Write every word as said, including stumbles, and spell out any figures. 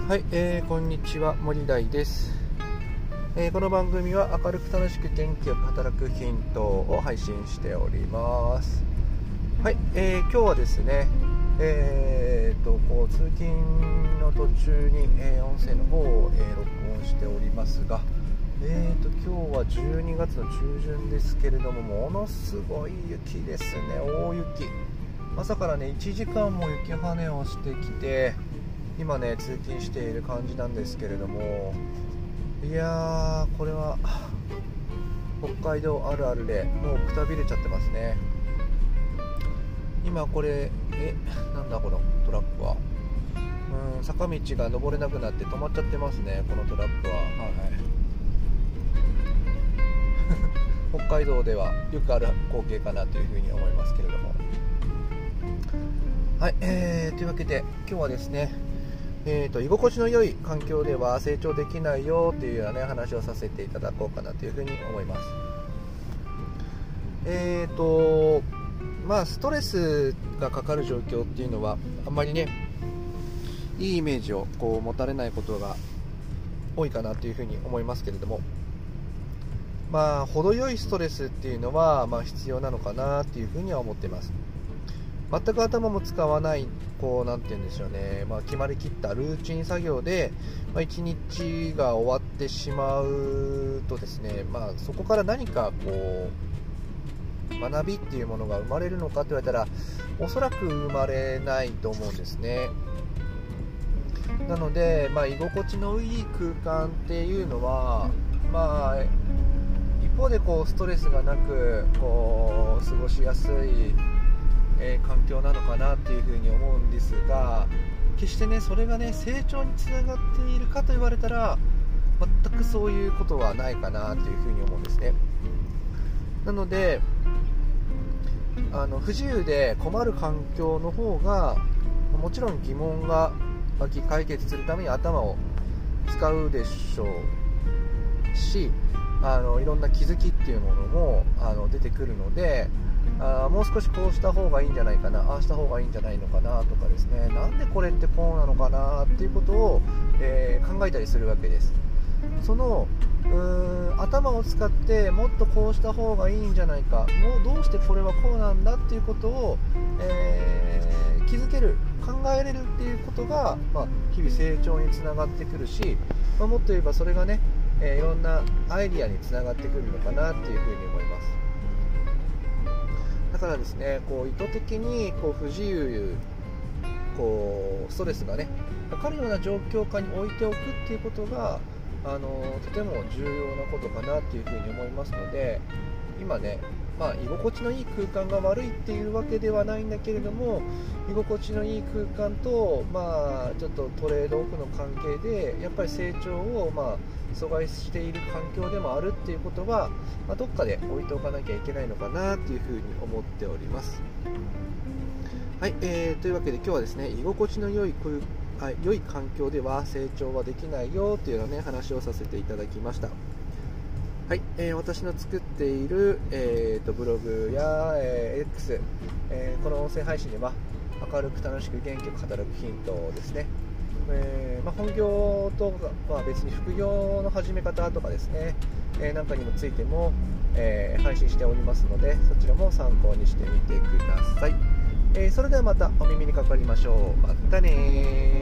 はい、えー、こんにちは、森大です、えー、この番組は明るく楽しく元気よく働くヒントを配信しております。はい、えー、今日はですね、えーとこう通勤の途中に、えー、音声の方を、えー、録音しておりますが、えーと今日はじゅうにがつの中旬ですけれども、ものすごい雪ですね。大雪、朝からねいちじかんも雪跳ねをしてきて、今ね通勤している感じなんですけれども、いやーこれは北海道あるあるでもうくたびれちゃってますね。今これえなんだこのトラックは、うん、坂道が登れなくなって止まっちゃってますね、このトラックは。はい北海道ではよくある光景かなというふうに思いますけれども、はい、えー、というわけで今日はですね、えーと居心地の良い環境では成長できないよというような、ね、話をさせていただこうかなというふうに思います。えーとまあストレスがかかる状況っていうのはあんまりねいいイメージをこう持たれないことが多いかなというふうに思いますけれども、まあ程よいストレスっていうのはまあ必要なのかなっていうふうには思っています。全く頭も使わない、こうなんて言うんでしょうね、まあ、決まりきったルーチン作業で、まあ、いちにちが終わってしまうとですね、まあ、そこから何かこう学びっていうものが生まれるのかと言われたら、おそらく生まれないと思うんですね。なので、まあ、居心地のいい空間っていうのは、まあ、一方でこうストレスがなくこう過ごしやすいえー、環境なのかなっていうふうに思うんですが、決してねそれがね成長につながっているかと言われたら全くそういうことはないかなというふうに思うんですね。なのであの不自由で困る環境の方がもちろん疑問が解決するために頭を使うでしょうし、あのいろんな気づきっていうものもあの出てくるので、あもう少しこうした方がいいんじゃないかな、ああした方がいいんじゃないのかなとかですね、なんでこれってこうなのかなっていうことを、えー、考えたりするわけです。そのうーん頭を使ってもっとこうした方がいいんじゃないか、もうどうしてこれはこうなんだっていうことを、えー、気づける、考えれるっていうことが、まあ、日々成長につながってくるし、まあ、もっと言えばそれがね、えー、いろんなアイディアにつながってくるのかなっていうふうに思います。だからですね、こう意図的にこう不自由、こうストレスがねかかるような状況下に置いておくっていうことがあのとても重要なことかなっていうふうに思いますので、今ね、まあ、居心地のいい空間が悪いっていうわけではないんだけれども、居心地のいい空間と、まあ、ちょっとトレードオフの関係でやっぱり成長を、まあ、阻害している環境でもあるっていうことは、まあ、どっかで置いておかなきゃいけないのかなっていうふうに思っております。はい、えー、というわけで今日はですね、居心地の良い空あ良い環境では成長はできないよというような、ね、話をさせていただきました。はい、えー、私の作っている、えー、とブログや、えー、X、えー、この音声配信では明るく楽しく元気よく働くヒントをですね、えーまあ、本業とは別に副業の始め方とかですね、えー、なんかにもついても、えー、配信しておりますので、そちらも参考にしてみてください。えー、それではまたお耳にかかりましょう。またねー。